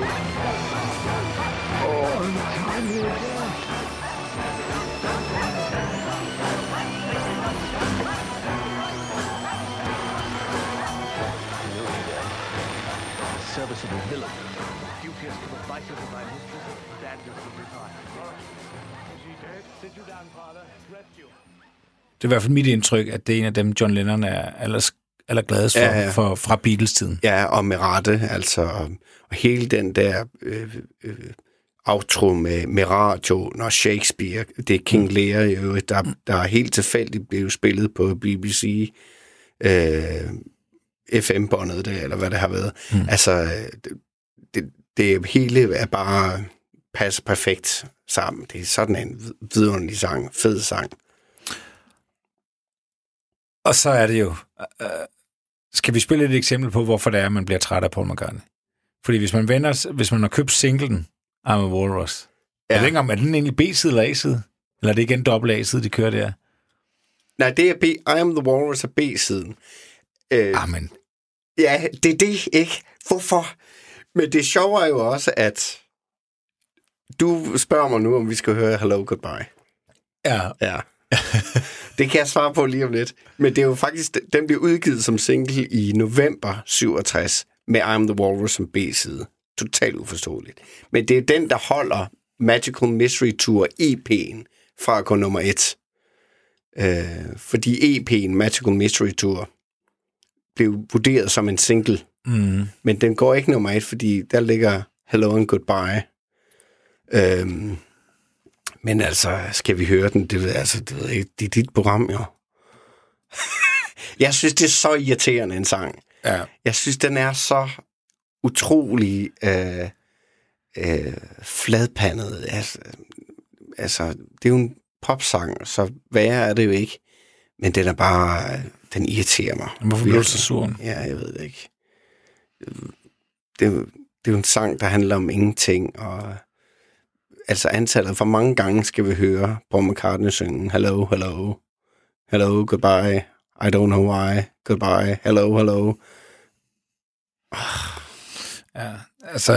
Oh, untimely death. Serviceable villain. Dubious to the vices of my mistress, standards of reply. Is he dead? Sit you down, father. Rest you. Det er i hvert fald mit indtryk, at det er en af dem, John Lennon er aller, aller gladest for, ja, ja. for fra Beatles-tiden. Ja, og med rette, altså, og hele den der øh, øh, outro med, med radio, når Shakespeare, det er King Lear, jo, der, der er helt tilfældigt blevet spillet på B B C, øh, F M-båndet, det, eller hvad det har været. Mm. Altså, det, det, det hele er bare passer perfekt sammen. Det er sådan en vidunderlig sang, fed sang. Og så er det jo... Øh, skal vi spille et eksempel på, hvorfor det er, at man bliver træt af Paul McCartney? Fordi hvis man vender, hvis man har købt singlen I'm a Walrus, ja. er, det ikke, er den egentlig B-side eller A-side? Eller er det igen dobbelt A-side, de kører der? Nej, det er B. I am the Walrus af B-siden. Øh, Amen. Ja, det er det, ikke? Hvorfor? Men det sjove er jo også, at du spørger mig nu, om vi skal høre Hello Goodbye. Ja. Ja. Det kan jeg svare på lige om lidt. Men det er jo faktisk, den blev udgivet som single i november syvogtres med I'm the Walrus som B-side. Totalt uforståeligt. Men det er den, der holder Magical Mystery Tour E P'en fra at gå nummer et. Øh, fordi E P'en, Magical Mystery Tour, blev vurderet som en single. Mm. Men den går ikke nummer et, fordi der ligger Hello and Goodbye. Øhm, men altså, skal vi høre den? Det, altså, det, ved jeg, det er dit program, jo. Jeg synes, det er så irriterende en sang. Ja. Jeg synes, den er så utrolig øh, øh, fladpandet. Altså, altså, det er jo en popsang, så værre er det jo ikke. Men den er bare... Den irriterer mig. Hvorfor bliver du så sur? Ja, jeg ved det ikke. Det, det er jo en sang, der handler om ingenting, og altså antallet, for mange gange skal vi høre Paul McCartney synge Hello, hello, hello, goodbye, I don't know why, goodbye, hello, hello. Ja, altså...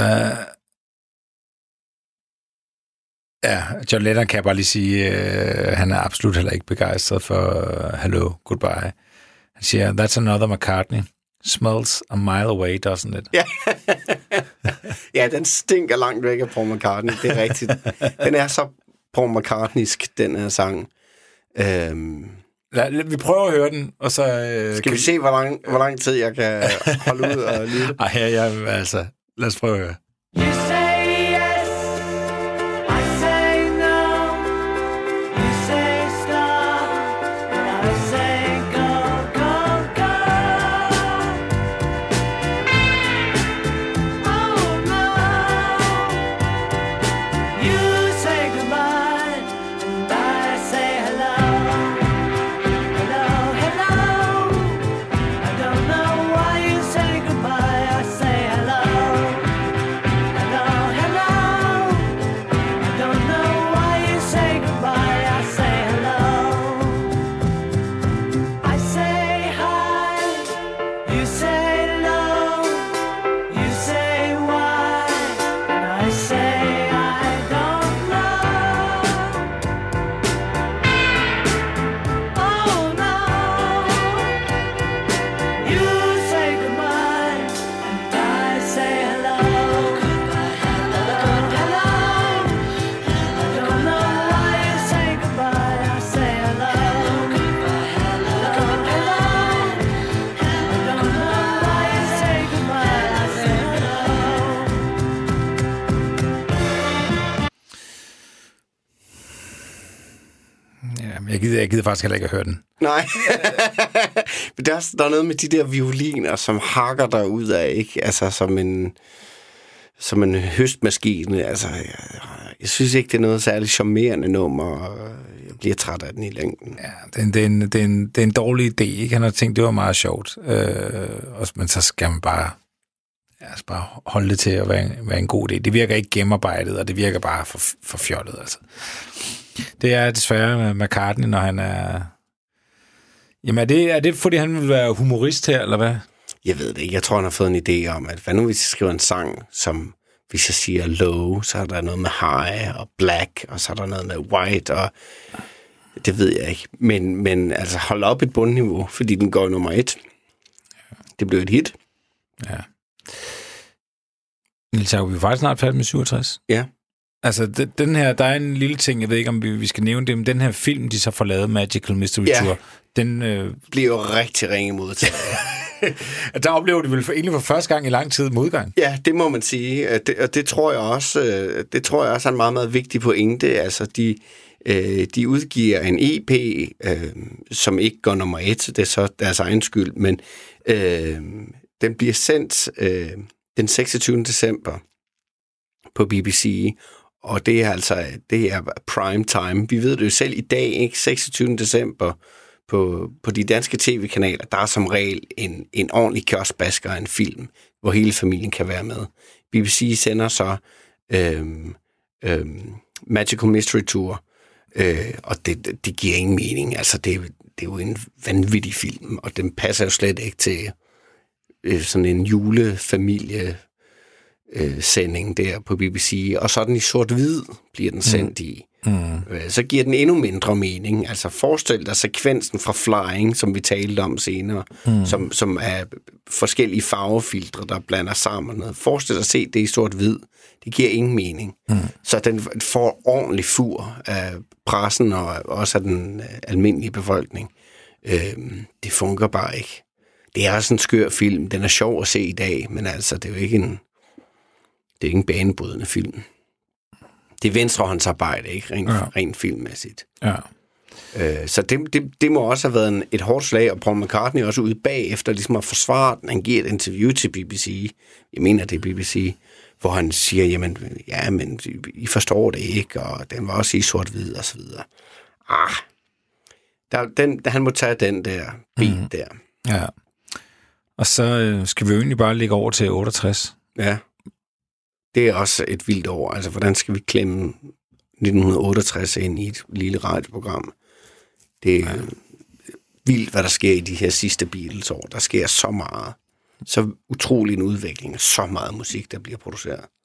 Ja, John Lennon kan jeg bare lige sige, uh, han er absolut heller ikke begejstret for uh, Hello, Goodbye. Han siger, that's another McCartney. Smells a mile away, doesn't it? Ja, ja, den stinker langt væk af Paul McCartney, det er rigtigt. Den er så Paul McCartneysk, den her sang. Øhm... Lad, vi prøver at høre den, og så... Uh, Skal vi se, hvor lang, hvor lang tid jeg kan holde ud og lytte? Ej, ja, ja, altså, lad os prøve at høre. You say yes, I say no. You say stop, and I say go, go, go. Oh no. You say goodbye, and I say hello. Hello, hello. I don't know why you say goodbye, I say hello. Hello, hello. I don't know why you say goodbye, I say hello. I say hi, you say low, you say why, and I say I don't know. Oh no. You say goodbye, and I say hello. Hello, hello. I don't know why you say goodbye, I say hello. Hello, hello. I don't know why you say goodbye, I say Ja, men jeg gider, jeg gider faktisk heller ikke at høre den. Nej. Men der er, der er noget med de der violiner, som hakker der ud af, ikke? Altså som en, som en høstmaskine. Altså, jeg, jeg synes ikke, det er noget særligt charmerende nummer, og jeg bliver træt af den i længden. Ja, det er en, det er en, det er en, det er en dårlig idé, ikke? Han har tænkt, det var meget sjovt. Øh, og, men så skal man bare, ja, altså bare holde det til at være, være en god idé. Det virker ikke gennemarbejdet, og det virker bare for, for fjollet, altså. Det er desværre McCartney, når han er Jamen er det, er det fordi han vil være humorist her, eller hvad? Jeg ved det ikke. Jeg tror, han har fået en idé om, at hvad nu hvis jeg skriver en sang, som hvis jeg siger low, så er der noget med high og black, og så er der noget med white, og det ved jeg ikke. Men, men altså hold op et bundniveau, fordi den går nummer et. Det blev et hit. Ja. Niels, er vi faktisk snart færdige med syvogtres? Ja. Altså, den her, der er en lille ting, jeg ved ikke, om vi, vi skal nævne det, men den her film, de så får lavet, Magical Mystery ja. Tour, den øh... bliver jo rigtig ringe modtaget. Der oplever de vel for, egentlig for første gang i lang tid modgang. Ja, det må man sige, det, og det tror jeg også, det tror jeg også er en meget, meget vigtig pointe. Altså, de, øh, de udgiver en E P, øh, som ikke går nummer et, det er så deres egen skyld, men øh, den bliver sendt øh, den seksogtyvende december på B B C, og det er altså det er prime time. Vi ved det jo selv i dag, ikke? seksogtyvende december på, på de danske tv-kanaler, der er som regel en, en ordentlig kioskbasker af en film, hvor hele familien kan være med. B B C sender så øhm, øhm, Magical Mystery Tour, øh, og det, det giver ingen mening. Altså, det, det er jo en vanvittig film, og den passer jo slet ikke til øh, sådan en julefamilie øh, sending der på B B C, og så er den i sort-hvid, bliver den sendt mm. i. Mm. Så giver den endnu mindre mening. Altså forestil dig sekvensen fra Flying, som vi talte om senere, mm. som, som er forskellige farvefiltre, der blander sammen. Forestil dig at se det i sort-hvid. Det giver ingen mening. Mm. Så den får ordentlig fur af pressen og også af den almindelige befolkning. Øhm, det fungerer bare ikke. Det er også en skør film. Den er sjov at se i dag, men altså, det er jo ikke en, det er ikke en banebrydende film. Det er venstrehåndsarbejde, ikke? Rent, ja. rent filmmæssigt. Ja. Øh, så det, det, det må også have været en, et hårdt slag, og Paul McCartney også ude bagefter ligesom at forsvare den. Han giver et interview til B B C, jeg mener det er B B C, hvor han siger, jamen, ja, men I forstår det ikke, og den var også i sort-hvid og så videre. Ah, der, den, han må tage den der beat mm. der. Ja. Og så øh, skal vi jo egentlig bare ligge over til otteogtres. Ja. Det er også et vildt år. Altså, hvordan skal vi klemme nitten otteogtres ind i et lille radioprogram? Det er ja. vildt, hvad der sker i de her sidste Beatles-år. Der sker så meget. Så utrolig en udvikling. Så meget musik, der bliver produceret.